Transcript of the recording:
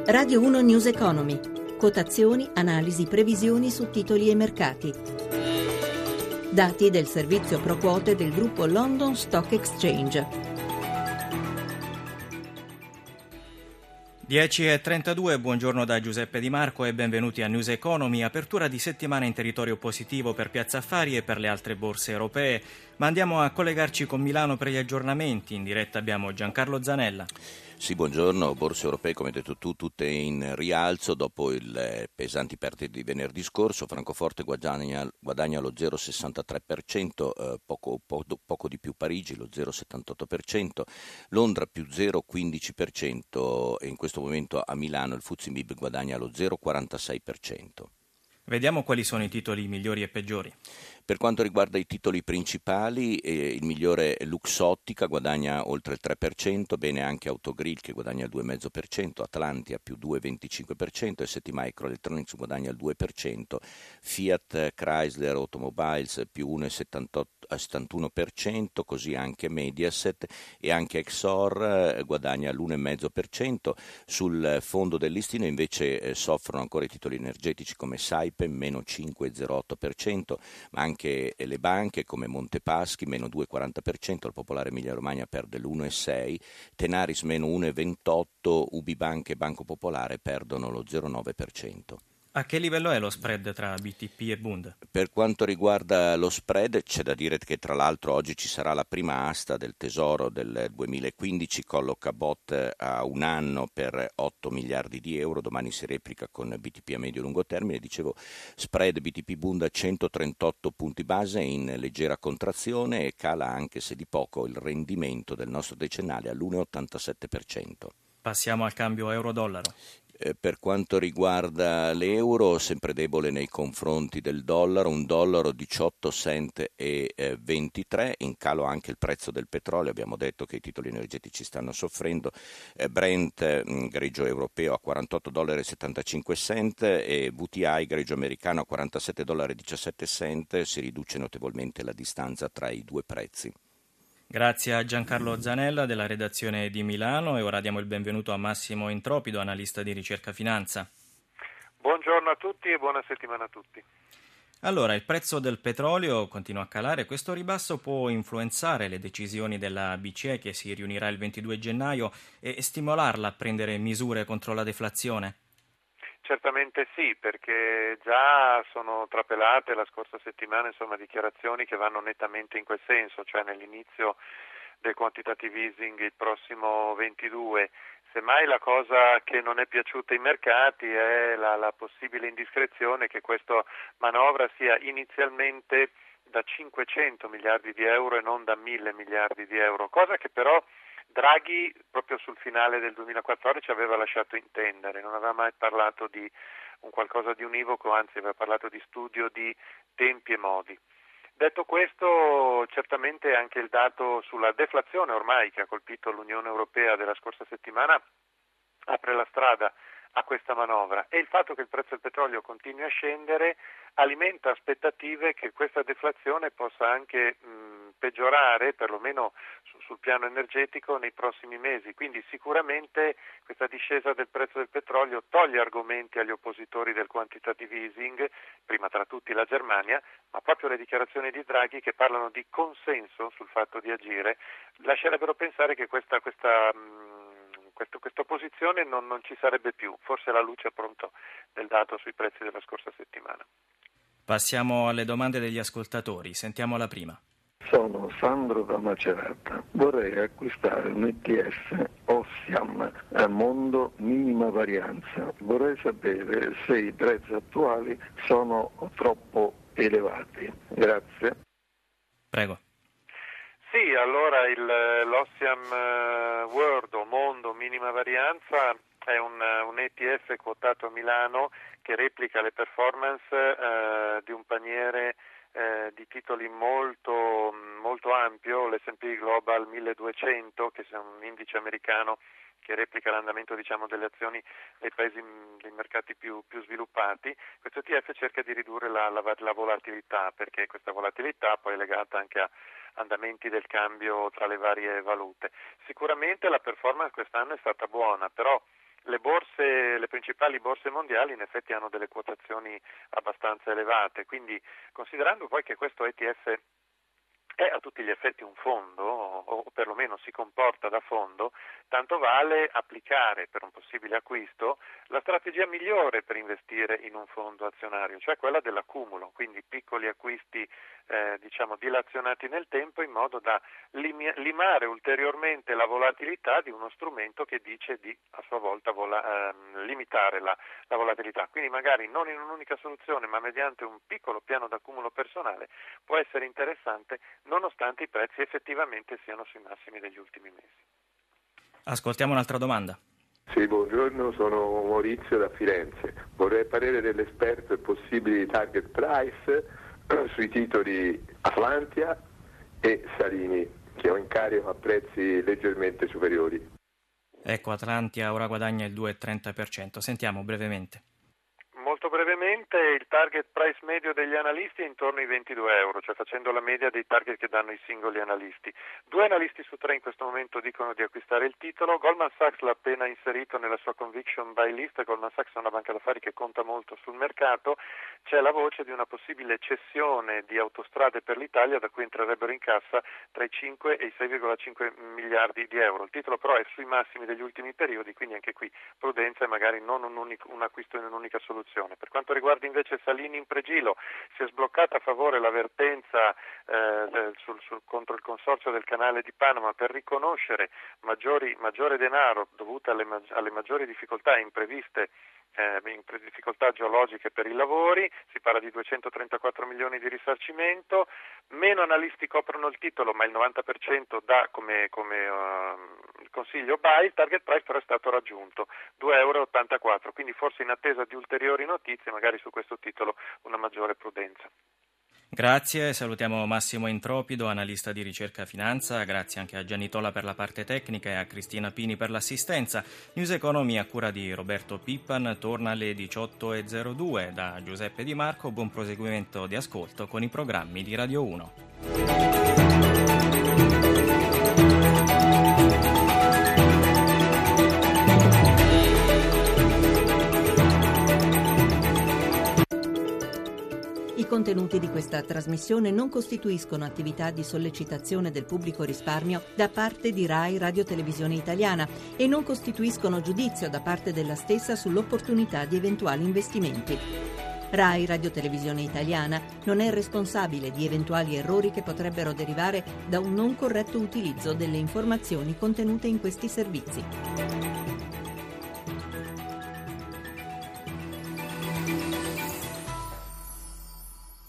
Radio 1 News Economy. Quotazioni, analisi, previsioni su titoli e mercati. Dati del servizio pro quote del gruppo London Stock Exchange. 10:32, buongiorno da Giuseppe Di Marco e benvenuti a News Economy, apertura di settimana in territorio positivo per Piazza Affari e per le altre borse europee, ma andiamo a collegarci con Milano per gli aggiornamenti. In diretta abbiamo Giancarlo Zanella. Sì, buongiorno. Borse europee, come hai detto tu, tutte in rialzo dopo il pesanti perdite di venerdì scorso. Francoforte guadagna lo 0,63%, poco di più Parigi, lo 0,78%, Londra più 0,15% e in questo momento a Milano il FTSE MIB guadagna lo 0,46%. Vediamo quali sono i titoli migliori e peggiori. Per quanto riguarda i titoli principali, il migliore è Luxottica, guadagna oltre il 3%, bene anche Autogrill che guadagna il 2,5%, Atlantia più 2,25%, ST Microelectronics guadagna il 2%, Fiat Chrysler Automobiles più 1,71%, così anche Mediaset e anche Exor guadagna l'1,5%. Sul fondo del listino invece soffrono ancora i titoli energetici come Saipem meno 5,08%, ma anche le banche come Montepaschi meno 2,40%, il Popolare Emilia Romagna perde l'1,6%, Tenaris meno 1,28%, UbiBanca e Banco Popolare perdono lo 0,9%. A che livello è lo spread tra BTP e Bund? Per quanto riguarda lo spread, c'è da dire che tra l'altro oggi ci sarà la prima asta del Tesoro del 2015, colloca BOT a un anno per 8 miliardi di euro, domani si replica con BTP a medio-lungo termine. Dicevo, spread BTP Bund a 138 punti base in leggera contrazione e cala anche se di poco il rendimento del nostro decennale all'1,87%. Passiamo al cambio euro-dollaro. Per quanto riguarda l'euro, sempre debole nei confronti del dollaro, un dollaro 18 cent e 23, in calo anche il prezzo del petrolio, abbiamo detto che i titoli energetici stanno soffrendo, Brent greggio europeo a $48,75 e WTI greggio americano a $47,17, si riduce notevolmente la distanza tra i due prezzi. Grazie a Giancarlo Zanella della redazione di Milano e ora diamo il benvenuto a Massimo Intropido, analista di Ricerca Finanza. Buongiorno a tutti e buona settimana a tutti. Allora, il prezzo del petrolio continua a calare, questo ribasso può influenzare le decisioni della BCE che si riunirà il 22 gennaio e stimolarla a prendere misure contro la deflazione? Certamente sì, perché già sono trapelate la scorsa settimana dichiarazioni che vanno nettamente in quel senso, cioè nell'inizio del quantitative easing il prossimo 22. Semmai la cosa che non è piaciuta ai mercati è la possibile indiscrezione che questa manovra sia inizialmente da 500 miliardi di euro e non da 1.000 miliardi di euro, cosa che però Draghi proprio sul finale del 2014 aveva lasciato intendere, non aveva mai parlato di un qualcosa di univoco, anzi aveva parlato di studio di tempi e modi. Detto questo, certamente anche il dato sulla deflazione ormai che ha colpito l'Unione Europea della scorsa settimana apre la strada a questa manovra e il fatto che il prezzo del petrolio continui a scendere alimenta aspettative che questa deflazione possa anche peggiorare, perlomeno sul piano energetico, nei prossimi mesi. Quindi sicuramente questa discesa del prezzo del petrolio toglie argomenti agli oppositori del quantitative easing, prima tra tutti la Germania, ma proprio le dichiarazioni di Draghi che parlano di consenso sul fatto di agire lascerebbero pensare che questa opposizione non ci sarebbe più, forse alla luce appunto del dato sui prezzi della scorsa settimana. Passiamo alle domande degli ascoltatori, sentiamo la prima. Sono Sandro da Macerata, vorrei acquistare un ETF Ossiam a mondo minima varianza, vorrei sapere se i prezzi attuali sono troppo elevati. Grazie. Prego. Sì, allora l'Ossiam World o Mondo Minima Varianza è un ETF quotato a Milano che replica le performance di un paniere di titoli molto, molto ampio, l'S&P Global 1200, che è un indice americano che replica l'andamento delle azioni dei paesi, dei mercati più sviluppati. Questo ETF cerca di ridurre la volatilità, perché questa volatilità poi è legata anche a andamenti del cambio tra le varie valute. Sicuramente la performance quest'anno è stata buona, però le principali borse mondiali in effetti hanno delle quotazioni abbastanza elevate, quindi considerando poi che questo ETF è a tutti gli effetti un fondo, o perlomeno si comporta da fondo, tanto vale applicare per un possibile acquisto la strategia migliore per investire in un fondo azionario, cioè quella dell'accumulo, quindi piccoli acquisti dilazionati nel tempo in modo da limare ulteriormente la volatilità di uno strumento che dice di a sua volta limitare la volatilità. Quindi magari non in un'unica soluzione ma mediante un piccolo piano d'accumulo personale può essere interessante nonostante i prezzi effettivamente siano sui massimi degli ultimi mesi. Ascoltiamo un'altra domanda. Sì, buongiorno, sono Maurizio da Firenze. Vorrei il parere dell'esperto e possibili target price sui titoli Atlantia e Salini, che ho in carico a prezzi leggermente superiori. Ecco, Atlantia ora guadagna il 2,30%. Sentiamo brevemente. Molto brevemente, il target price medio degli analisti è intorno ai 22 euro, cioè facendo la media dei target che danno i singoli analisti. 2 analisti su 3 in questo momento dicono di acquistare il titolo. Goldman Sachs l'ha appena inserito nella sua conviction buy list. Goldman Sachs è una banca d'affari che conta molto sul mercato. C'è la voce di una possibile cessione di Autostrade per l'Italia, da cui entrerebbero in cassa tra i 5 e i 6,5 miliardi di euro. Il titolo però è sui massimi degli ultimi periodi, quindi anche qui prudenza e magari non un acquisto in un'unica soluzione. Per quanto riguarda invece Salini in pregilo, si è sbloccata a favore l'avvertenza contro il consorzio del canale di Panama per riconoscere maggiore denaro dovuto alle maggiori difficoltà impreviste, difficoltà geologiche per i lavori. Si parla di 234 milioni di risarcimento, meno analisti coprono il titolo ma il 90% dà come consiglio buy. Il target price però è stato raggiunto, 2,84 euro, quindi forse in attesa di ulteriori notizie magari su questo titolo una maggiore prudenza. Grazie, salutiamo Massimo Entropido, analista di ricerca finanza, grazie anche a Gianni Tolla per la parte tecnica e a Cristina Pini per l'assistenza. News Economy a cura di Roberto Pippan torna alle 18.02. Da Giuseppe Di Marco, buon proseguimento di ascolto con i programmi di Radio 1. I contenuti di questa trasmissione non costituiscono attività di sollecitazione del pubblico risparmio da parte di Rai Radio Televisione Italiana e non costituiscono giudizio da parte della stessa sull'opportunità di eventuali investimenti. Rai Radio Televisione Italiana non è responsabile di eventuali errori che potrebbero derivare da un non corretto utilizzo delle informazioni contenute in questi servizi.